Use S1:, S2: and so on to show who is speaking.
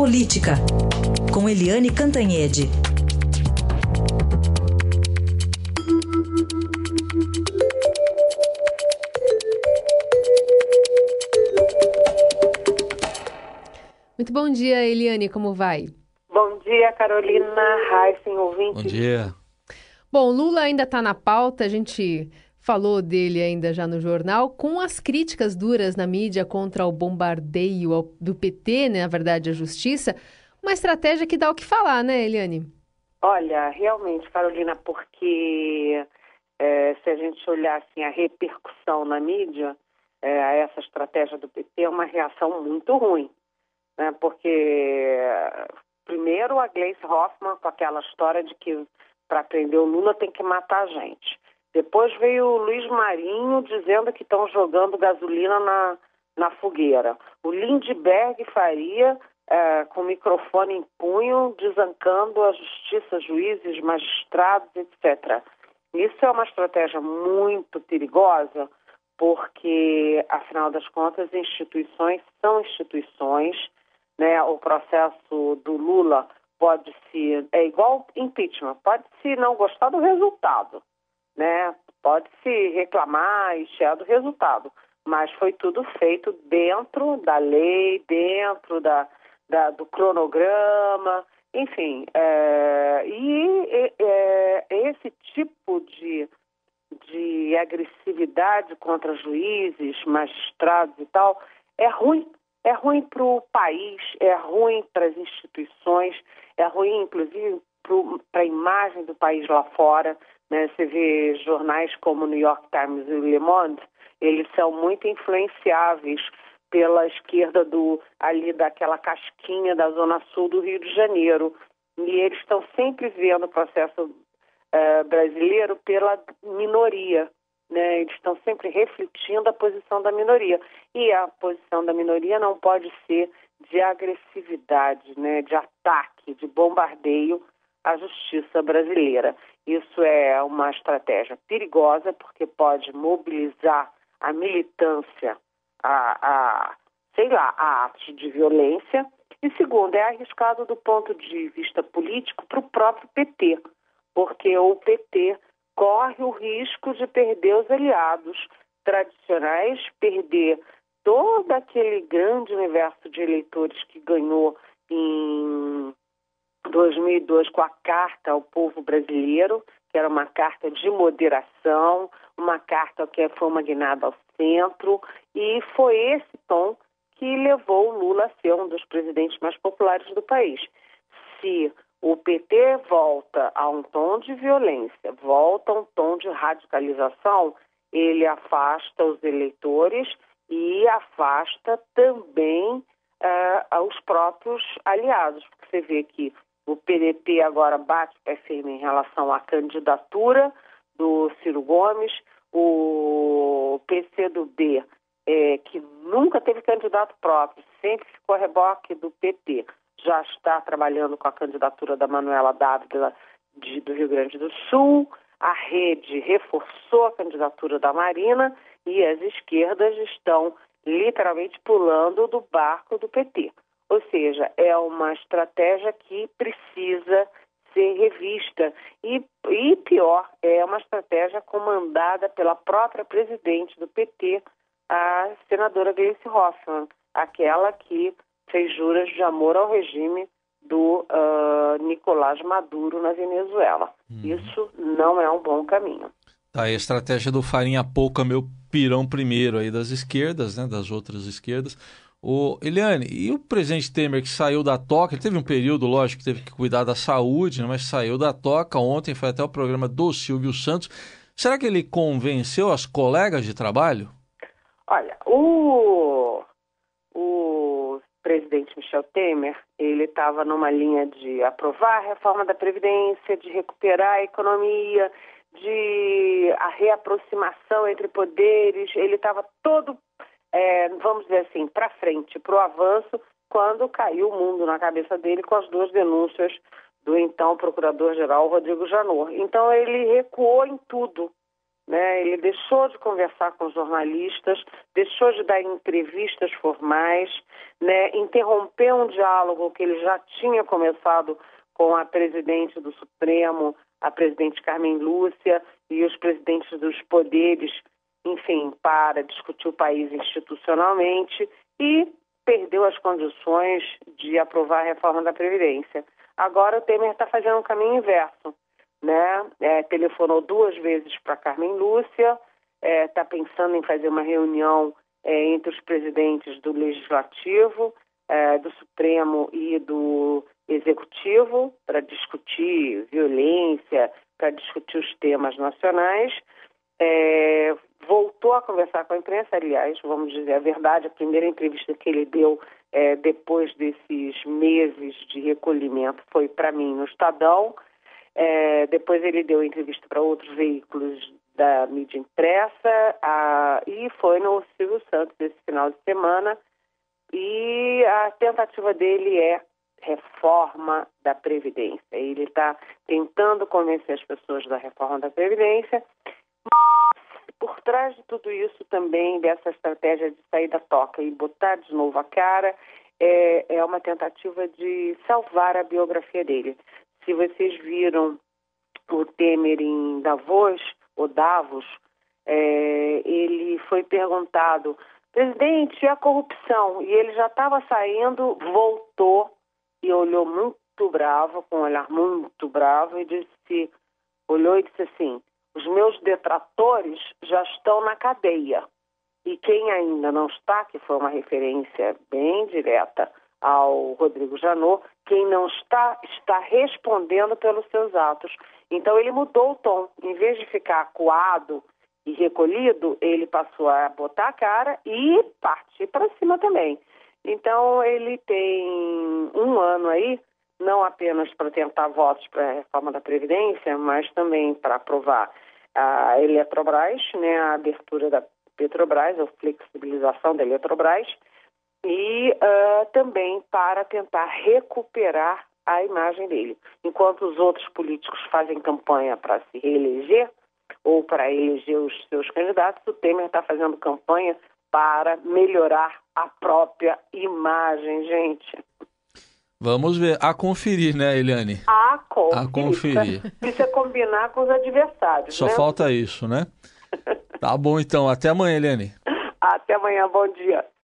S1: Política, com Eliane Cantanhede.
S2: Muito bom dia, Eliane, como vai?
S3: Bom dia, Carolina, Raíssen, ouvinte.
S4: Bom dia.
S2: Bom, Lula ainda está na pauta, a gente falou dele ainda já no jornal, com as críticas duras na mídia contra o bombardeio do PT, né, na verdade, a justiça, uma estratégia que dá o que falar, né, Eliane?
S3: Olha, realmente, Carolina, porque se a gente olhar assim, a repercussão na mídia, a essa estratégia do PT é uma reação muito ruim, né, porque primeiro a Gleisi Hoffmann com aquela história de que para prender o Lula tem que matar a gente. Depois veio o Luiz Marinho dizendo que estão jogando gasolina na fogueira. O Lindbergh Faria, com o microfone em punho, desancando a justiça, juízes, magistrados, etc. Isso é uma estratégia muito perigosa, porque, afinal das contas, instituições são instituições, né? O processo do Lula é igual impeachment, pode-se não gostar do resultado, né? Pode-se reclamar e chiar do resultado, mas foi tudo feito dentro da lei, dentro do cronograma, enfim. Esse tipo de agressividade contra juízes, magistrados e tal, é ruim. É ruim para o país, é ruim para as instituições, é ruim, inclusive, para a imagem do país lá fora, né? Você vê jornais como o New York Times e o Le Monde, eles são muito influenciáveis pela esquerda ali daquela casquinha da Zona Sul do Rio de Janeiro. E eles estão sempre vendo o processo brasileiro pela minoria, né? Eles estão sempre refletindo a posição da minoria. E a posição da minoria não pode ser de agressividade, né? De ataque, de bombardeio à justiça brasileira. Isso é uma estratégia perigosa porque pode mobilizar a militância a atos de violência. E segundo, é arriscado do ponto de vista político para o próprio PT, porque o PT corre o risco de perder os aliados tradicionais, perder todo aquele grande universo de eleitores que ganhou em 2002 com a Carta ao Povo Brasileiro, que era uma carta de moderação, uma carta que foi uma guinada ao centro, e foi esse tom que levou o Lula a ser um dos presidentes mais populares do país. Se o PT volta a um tom de violência, volta a um tom de radicalização, ele afasta os eleitores e afasta também os próprios aliados. Porque você vê que o PDT agora bate pé firme em relação à candidatura do Ciro Gomes, o PCdoB, que nunca teve candidato próprio, sempre ficou a reboque do PT, já está trabalhando com a candidatura da Manuela Dávila do Rio Grande do Sul, a Rede reforçou a candidatura da Marina e as esquerdas estão literalmente pulando do barco do PT. Ou seja, é uma estratégia que precisa ser revista e pior, é uma estratégia comandada pela própria presidente do PT, a senadora Gleisi Hoffmann, aquela que fez juras de amor ao regime do Nicolás Maduro na Venezuela. Isso não é um bom caminho.
S4: Tá aí a estratégia do farinha pouca, meu pirão primeiro aí das esquerdas, né, das outras esquerdas. Eliane, e o presidente Temer que saiu da toca, ele teve um período, lógico, que teve que cuidar da saúde, né, mas saiu da toca ontem, foi até o programa do Silvio Santos. Será que ele convenceu as colegas de trabalho?
S3: Olha, o presidente Michel Temer, ele estava numa linha de aprovar a reforma da Previdência, de recuperar a economia, de a reaproximação entre poderes, ele estava todo, vamos dizer assim, para frente, para o avanço, quando caiu o mundo na cabeça dele com as duas denúncias do então procurador-geral Rodrigo Janot. Então ele recuou em tudo, né? Ele deixou de conversar com jornalistas, deixou de dar entrevistas formais, né? Interrompeu um diálogo que ele já tinha começado com a presidente do Supremo, a presidente Carmen Lúcia e os presidentes dos poderes, enfim, para discutir o país institucionalmente, e perdeu as condições de aprovar a reforma da Previdência. Agora o Temer está fazendo um caminho inverso, né? Telefonou 2 vezes para Carmen Lúcia, está pensando em fazer uma reunião entre os presidentes do Legislativo, do Supremo e do Executivo, para discutir violência, para discutir os temas nacionais. Voltou a conversar com a imprensa, aliás, vamos dizer a verdade, a primeira entrevista que ele deu depois desses meses de recolhimento foi para mim no Estadão. Depois ele deu entrevista para outros veículos da mídia impressa e foi no Silvio Santos esse final de semana. E a tentativa dele é reforma da Previdência. Ele está tentando convencer as pessoas da reforma da Previdência. Por trás de tudo isso também, dessa estratégia de sair da toca e botar de novo a cara, é uma tentativa de salvar a biografia dele. Se vocês viram o Temer em Davos, ele foi perguntado: presidente, e a corrupção? E ele já estava saindo, voltou e olhou muito bravo, com um olhar muito bravo, e olhou e disse assim: os meus detratores já estão na cadeia. E quem ainda não está, que foi uma referência bem direta ao Rodrigo Janot, quem não está, está respondendo pelos seus atos. Então ele mudou o tom. Em vez de ficar acuado e recolhido, ele passou a botar a cara e partir para cima também. Então ele tem um ano aí, não apenas para tentar votos para a reforma da Previdência, mas também para aprovar a Eletrobras, né, a abertura da Petrobras, a flexibilização da Eletrobras, e também para tentar recuperar a imagem dele. Enquanto os outros políticos fazem campanha para se reeleger ou para eleger os seus candidatos, o Temer está fazendo campanha para melhorar a própria imagem, gente.
S4: Vamos ver. A conferir, né, Eliane?
S3: A
S4: conferir.
S3: Precisa combinar com os adversários,
S4: Só
S3: né?
S4: falta isso, né? Tá bom, então. Até amanhã, Eliane.
S3: Até amanhã. Bom dia.